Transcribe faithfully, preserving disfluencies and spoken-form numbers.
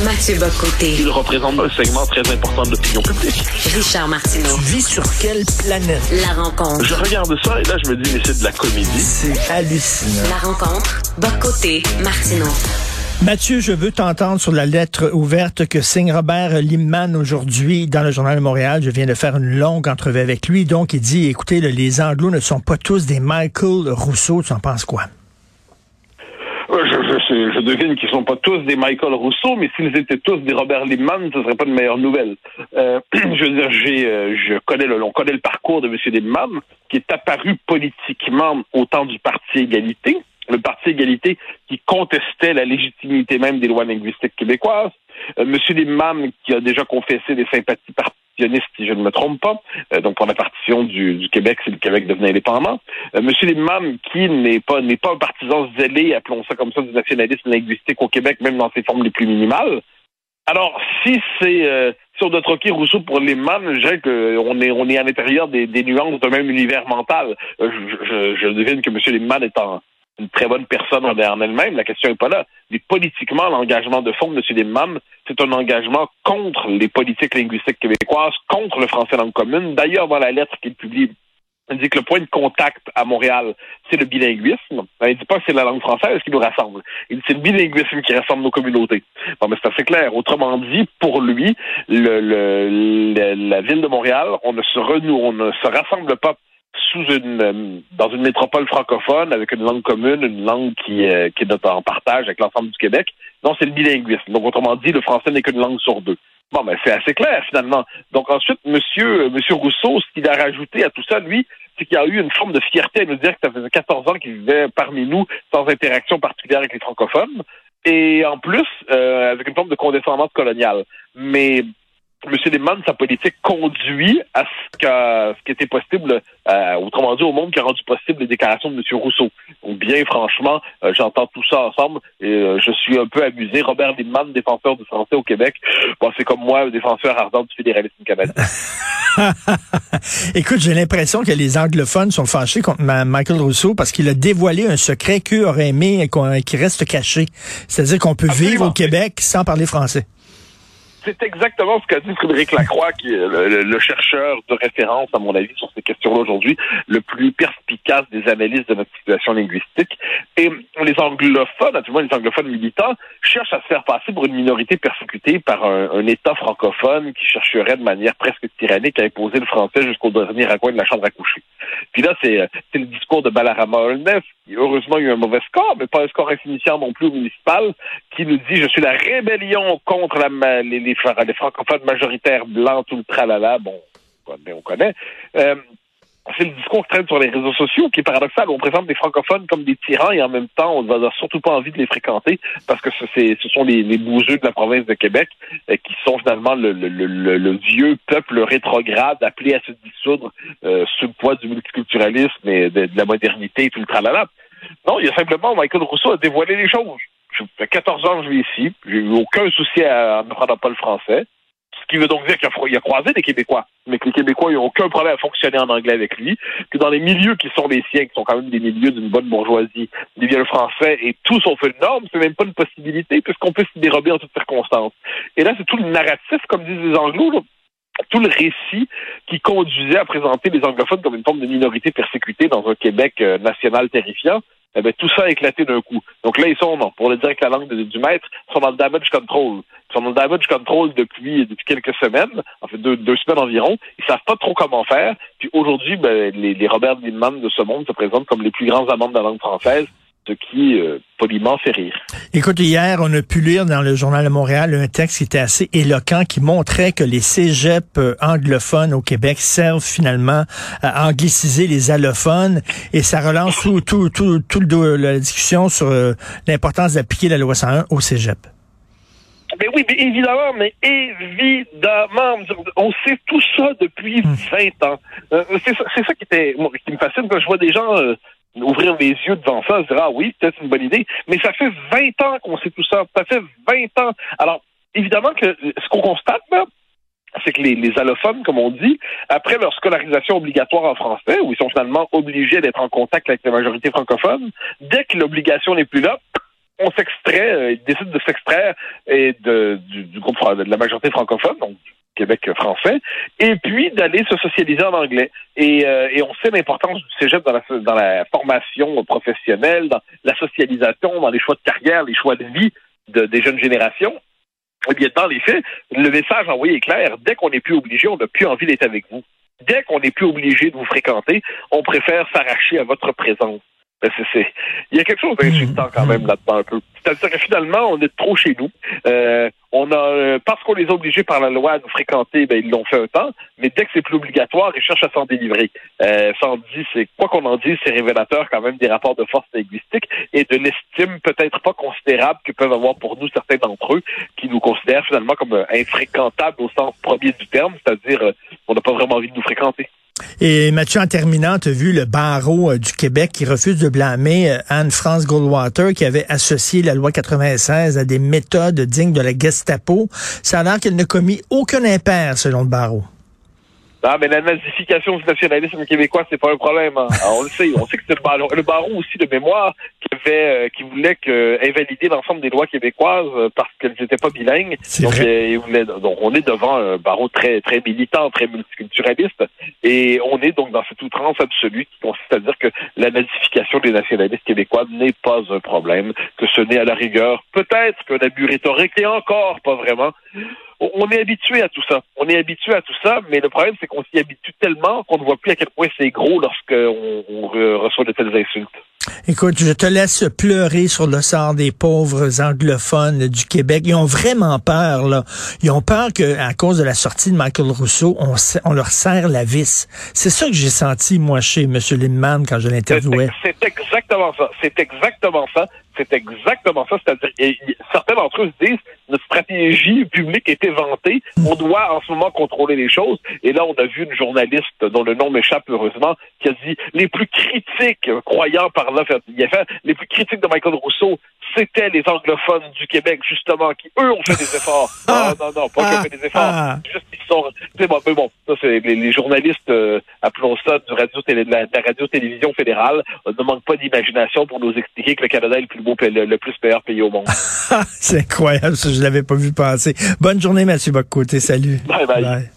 Mathieu Bock-Côté. Il représente un segment très important de l'opinion publique. Richard Martineau. Tu vis sur quelle planète? La rencontre. Je regarde ça et là, je me dis, mais c'est de la comédie. C'est hallucinant. La rencontre. Bock-Côté, Martineau. Mathieu, je veux t'entendre sur la lettre ouverte que signe Robert Limman aujourd'hui dans le Journal de Montréal. Je viens de faire une longue entrevue avec lui. Donc, il dit, écoutez, là, les Anglos ne sont pas tous des Michael Rousseau. Tu en penses quoi? Je, je, je devine qu'ils sont pas tous des Michael Rousseau, mais s'ils étaient tous des Robert Limman, ce serait pas une meilleure nouvelle. Euh, je veux dire, j'ai, euh, je connais le, on connaît le parcours de M. Limman, qui est apparu politiquement au temps du Parti Égalité, le Parti Égalité qui contestait la légitimité même des lois linguistiques québécoises. Euh, M. Limman, qui a déjà confessé des sympathies partitionnistes, si je ne me trompe pas, euh, donc pour la partition du, du Québec, si le Québec devenait indépendant. Euh, M. Limman, qui n'est pas n'est pas un partisan zélé, appelons ça comme ça, du nationalisme linguistique au Québec, même dans ses formes les plus minimales. Alors, si c'est euh, si on doit troquer Rousseau pour Limman, je dirais qu'on est on est à l'intérieur des, des nuances d'un même univers mental. Euh, je, je, je devine que M. Limman est en une très bonne personne en elle-même, la question n'est pas là. Mais politiquement, l'engagement de fond de M. Limman, c'est un engagement contre les politiques linguistiques québécoises, contre le français langue commune. D'ailleurs, dans la lettre qu'il publie, il dit que le point de contact à Montréal, c'est le bilinguisme. Il ne dit pas que c'est la langue française qui nous rassemble. Il dit que c'est le bilinguisme qui rassemble nos communautés. Bon, mais c'est assez clair. Autrement dit, pour lui, le, le, le, la ville de Montréal, on ne se renoue, on ne se rassemble pas sous une dans une métropole francophone avec une langue commune, une langue qui, euh, qui est en partage avec l'ensemble du Québec. Non, c'est le bilinguisme. Donc, autrement dit, le français n'est qu'une langue sur deux. Bon, ben c'est assez clair, finalement. Donc, ensuite, monsieur, monsieur Rousseau, ce qu'il a rajouté à tout ça, lui, c'est qu'il y a eu une forme de fierté à nous dire que ça faisait quatorze ans qu'il vivait parmi nous sans interaction particulière avec les francophones. Et en plus, euh, avec une forme de condescendance coloniale. Mais M. Limman, sa politique conduit à ce, que, ce qui était possible, euh, autrement dit, au monde qui a rendu possible les déclarations de M. Rousseau. Donc, bien franchement, euh, j'entends tout ça ensemble et euh, je suis un peu amusé. Robert Limman, défenseur du français au Québec, bon, c'est comme moi, défenseur ardent du fédéralisme canadien. Écoute, j'ai l'impression que les anglophones sont fâchés contre Michael Rousseau parce qu'il a dévoilé un secret qu'eux auraient aimé qui reste caché. C'est-à-dire qu'on peut Absolument. vivre au Québec sans parler français. C'est exactement ce qu'a dit Frédéric Lacroix, qui est le, le, le chercheur de référence, à mon avis, sur ces questions-là aujourd'hui, le plus perspicace des analyses de notre situation linguistique. Et les anglophones, naturellement les anglophones militants, cherchent à se faire passer pour une minorité persécutée par un, un État francophone qui chercherait de manière presque tyrannique à imposer le français jusqu'au dernier recoin de la chambre à coucher. Puis là, c'est, c'est le discours de Balarama Holness, qui heureusement a eu un mauvais score, mais pas un score insignifiant non plus au municipal, qui nous dit « Je suis la rébellion contre la, les, les les francophones majoritaires blancs, tout le tralala », bon, on connaît. Euh, c'est le discours qui traîne sur les réseaux sociaux qui est paradoxal. On présente les francophones comme des tyrans et en même temps, on n'a surtout pas envie de les fréquenter parce que c'est, ce sont les, les bougeux de la province de Québec euh, qui sont finalement le, le, le, le vieux peuple rétrograde appelé à se dissoudre euh, sous le poids du multiculturalisme et de, de la modernité et tout le tralala. Non, il y a simplement, Michael Rousseau a dévoilé les choses. Ça fait quatorze ans que je vis ici. J'ai eu aucun souci à ne prendre pas le français. Ce qui veut donc dire qu'il a, il a croisé des Québécois. Mais que les Québécois n'ont aucun problème à fonctionner en anglais avec lui. Que dans les milieux qui sont les siens, qui sont quand même des milieux d'une bonne bourgeoisie, il vient le français et tout sauf une norme, c'est même pas une possibilité puisqu'on peut s'y dérober en toutes circonstances. Et là, c'est tout le narratif, comme disent les Anglos, là. Tout le récit qui conduisait à présenter les anglophones comme une forme de minorité persécutée dans un Québec euh, national terrifiant. Eh bien, tout ça a éclaté d'un coup. Donc là, ils sont, non, pour le dire avec la langue de, du maître, ils sont dans le damage control. Ils sont dans le damage control depuis, depuis quelques semaines, en fait deux, deux semaines environ. Ils savent pas trop comment faire. Puis aujourd'hui, ben, les, les Robert Limman de ce monde se présentent comme les plus grands amants de la langue française, ce qui, euh, poliment, fait rire. Écoute, hier, on a pu lire dans le Journal de Montréal un texte qui était assez éloquent, qui montrait que les cégeps anglophones au Québec servent finalement à angliciser les allophones, et ça relance tout, tout, tout, tout le, la discussion sur euh, l'importance d'appliquer la loi cent un au cégep. Mais oui, mais évidemment, mais évidemment, on sait tout ça depuis vingt ans. Euh, c'est, ça, c'est ça qui était, qui me fascine quand je vois des gens euh, ouvrir les yeux devant ça, se dire, ah oui, peut-être une bonne idée, mais ça fait vingt ans qu'on sait tout ça, ça fait vingt ans. Alors, évidemment que ce qu'on constate, là, c'est que les, les allophones, comme on dit, après leur scolarisation obligatoire en français, où ils sont finalement obligés d'être en contact avec la majorité francophone, dès que l'obligation n'est plus là, on s'extrait, euh, ils décident de s'extraire et de, du, du groupe de la majorité francophone, donc Québec français, et puis d'aller se socialiser en anglais. Et, euh, et on sait l'importance du cégep dans la, dans la formation professionnelle, dans la socialisation, dans les choix de carrière, les choix de vie de, des jeunes générations. Eh bien, dans les faits, le message envoyé est clair. Dès qu'on n'est plus obligé, on n'a plus envie d'être avec vous. Dès qu'on n'est plus obligé de vous fréquenter, on préfère s'arracher à votre présence. Ben c'est, c'est... Il y a quelque chose d'insultant quand même là-dedans un peu. C'est-à-dire que finalement, on est trop chez nous. Euh, on a, euh, parce qu'on les a obligés par la loi à nous fréquenter, ben ils l'ont fait un temps, mais dès que c'est plus obligatoire, ils cherchent à s'en délivrer. Euh, ça en dit, c'est quoi qu'on en dise, c'est révélateur quand même des rapports de force linguistique et de l'estime peut-être pas considérable que peuvent avoir pour nous certains d'entre eux, qui nous considèrent finalement comme euh, infréquentables au sens premier du terme, c'est-à-dire euh, on n'a pas vraiment envie de nous fréquenter. Et Mathieu, en terminant, tu as vu le barreau euh, du Québec qui refuse de blâmer euh, Anne-France Goldwater qui avait associé la loi quatre-vingt-seize à des méthodes dignes de la Gestapo. Ça a l'air qu'elle n'a commis aucun impair selon le barreau. Non, mais la nazification du nationalisme québécois, c'est pas un problème. Hein. Alors, on le sait. On sait que c'est le barreau, le barreau aussi de mémoire qui avait, euh, qui voulait que, invalider l'ensemble des lois québécoises euh, parce qu'elles n'étaient pas bilingues. C'est donc, vrai. euh, il voulait, donc, on est devant un barreau très, très militant, très multiculturaliste, et on est donc dans cette outrance absolue qui consiste à dire que la nazification des nationalistes québécois n'est pas un problème, que ce n'est à la rigueur peut-être qu'un abus rhétorique, et encore pas vraiment. On est habitué à tout ça. On est habitué à tout ça, mais le problème, c'est qu'on s'y habitue tellement qu'on ne voit plus à quel point c'est gros lorsqu'on on reçoit de telles insultes. Écoute, je te laisse pleurer sur le sort des pauvres anglophones du Québec. Ils ont vraiment peur, là. Ils ont peur qu'à cause de la sortie de Michael Rousseau, on, on leur serre la vis. C'est ça que j'ai senti, moi, chez M. Lindemann, quand je l'interviewais. C'est, c'est exactement ça. C'est exactement ça. C'est exactement ça. C'est-à-dire, et, et, certains d'entre eux se disent, notre stratégie publique est éventée. On doit, en ce moment, contrôler les choses. Et là, on a vu une journaliste, dont le nom m'échappe heureusement, qui a dit, les plus critiques, croyant par là, il a fait, les plus critiques de Michael Rousseau, c'était les anglophones du Québec, justement, qui, eux, ont fait des efforts. Ah, non, non, non, pas ah, qu'ils ont fait des efforts. Ah, juste qu'ils sont, c'est bon, mais bon, ça, c'est les, les journalistes, euh, appelons ça, du radio télé, de la, de la radio-télévision fédérale, euh, ne manquent pas d'imagination pour nous expliquer que le Canada est le plus beau, le, le plus meilleur pays au monde. C'est incroyable, ça, je l'avais pas vu passer. Bonne journée, Mathieu Bock-Côté. Salut. Bye bye. Bye.